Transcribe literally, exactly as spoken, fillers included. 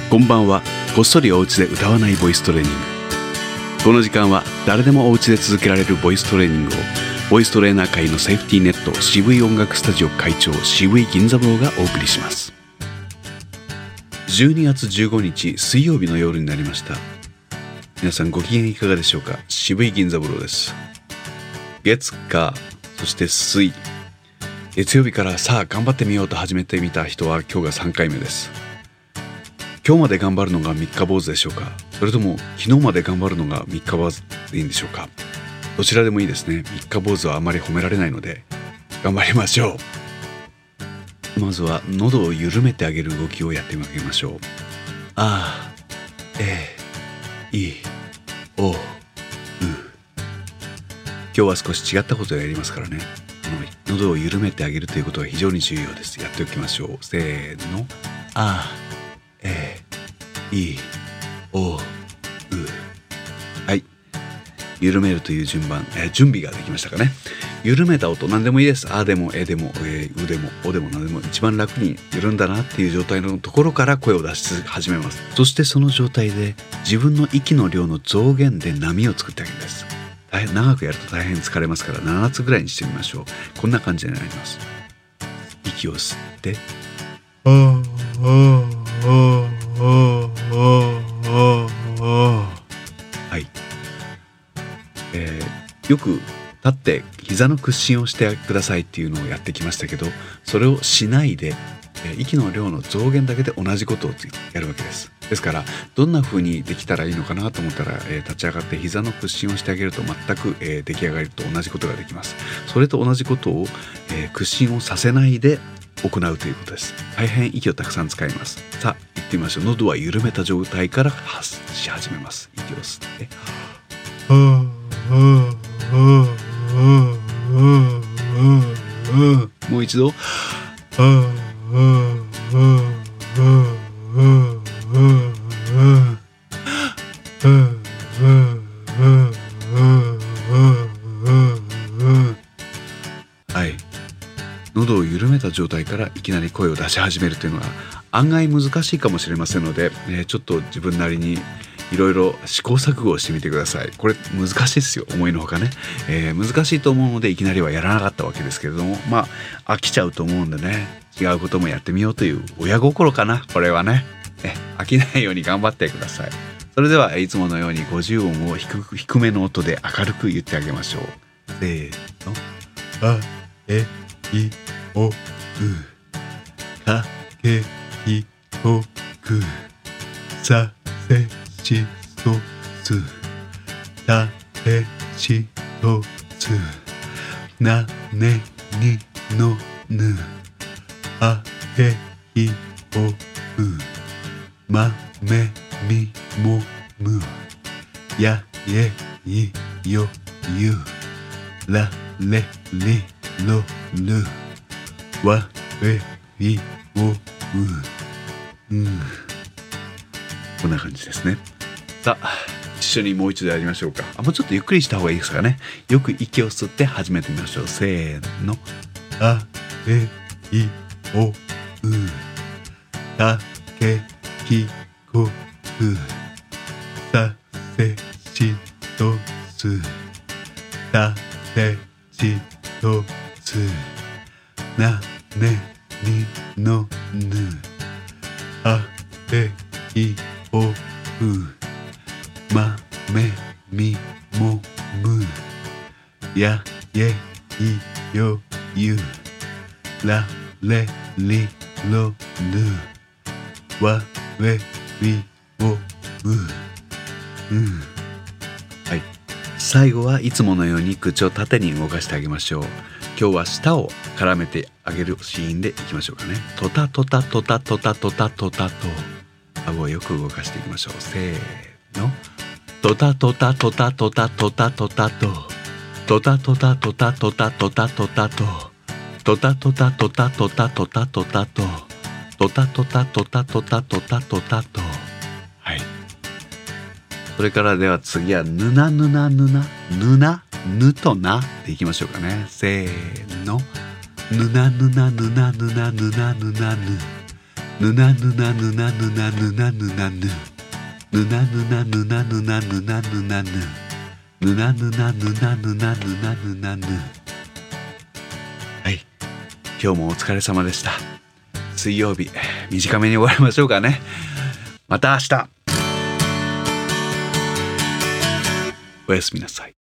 こんばんは。こっそりお家で歌わないボイストレーニング。この時間は誰でもお家で続けられるボイストレーニングをボイストレーナー界のセーフティーネット渋い音楽スタジオ会長渋い銀座坊がお送りします。じゅうにがつじゅうごにち水曜日の夜になりました。皆さんご機嫌いかがでしょうか。渋い銀座坊です。月火そして水、月曜日からさあ頑張ってみようと始めてみた人は今日がさんかいめです。今日まで頑張るのが三日坊主でしょうか、それとも昨日まで頑張るのが三日坊主でいいんでしょうか。どちらでもいいですね。三日坊主はあまり褒められないので頑張りましょう。まずは喉を緩めてあげる動きをやってみましょう。あえいおう。今日は少し違ったことをやりますからね。喉を緩めてあげるということは非常に重要です。やっておきましょう。せーの。あえいおう。はい、緩めるという順番、えー、準備ができましたかね。緩めた音何でもいいです。あでもえでも、えー、うでもおでも何でも一番楽に緩んだなっていう状態のところから声を出し始めます。そしてその状態で自分の息の量の増減で波を作ってあげるんです。大変長くやると大変疲れますからななつぐらいにしてみましょう。こんな感じになります。息を吸ってあーあーあーあーあーはい、えー、よく立って膝の屈伸をしてくださいっていうのをやってきましたけど、それをしないで、えー、息の量の増減だけで同じことをやるわけです。ですからどんな風にできたらいいのかなと思ったら、えー、立ち上がって膝の屈伸をしてあげると全く、えー、出来上がりと同じことができます。それと同じことを、えー、屈伸をさせないで行うということです。大変息をたくさん使います。さあ行ってみましょう。喉は緩めた状態から発し始めます。息を吸ってもう一度はい、喉を緩めた状態からいきなり声を出し始めるというのは案外難しいかもしれませんので、えー、ちょっと自分なりにいろいろ試行錯誤をしてみてください。これ難しいですよ、思いのほかね、えー、難しいと思うのでいきなりはやらなかったわけですけれども、まあ飽きちゃうと思うんでね、違うこともやってみようという親心かな、これはね。え飽きないように頑張ってください。それではいつものようにごじゅうおんを低く低めの音で明るく言ってあげましょう。せーの。あえいおうかけいこくさせしそすたれしとつなねにのぬあへいおうまめみもむやえいよゆられりろるわえいおう、うん、こんな感じですね。さあ一緒にもう一度やりましょうか。あもうちょっとゆっくりした方がいいですかね。よく息を吸って始めてみましょう。せーの。あえいおうたけきこくさせしとすたれしとつなねにのぬあえいおうまめみもむやえいよゆられりろるわえいおう、うん、はい、最後はいつものように口を縦に動かしてあげましょう。今日は舌を絡めてあげるシーンでいきましょうかね。トタトタトタトタトタトタと顎をよく動かしていきましょう。せーの。トタトタトタトタトタトタとトタトタトタトタトタトタとトタトタトタトタトタトタとトタトタトタトタトタトタと。はい、それからでは次はぬなぬなぬなぬなぬとなでいきましょうかね。せーの。ぬなぬなぬなぬなぬなぬなぬぬなぬなぬなぬなぬなぬなぬぬなぬなぬなぬなぬなぬなぬぬなぬなぬなぬなぬなぬなぬ。はい、今日もお疲れ様でした。水曜日短めに終わりましょうかね。また明日。おやすみなさい。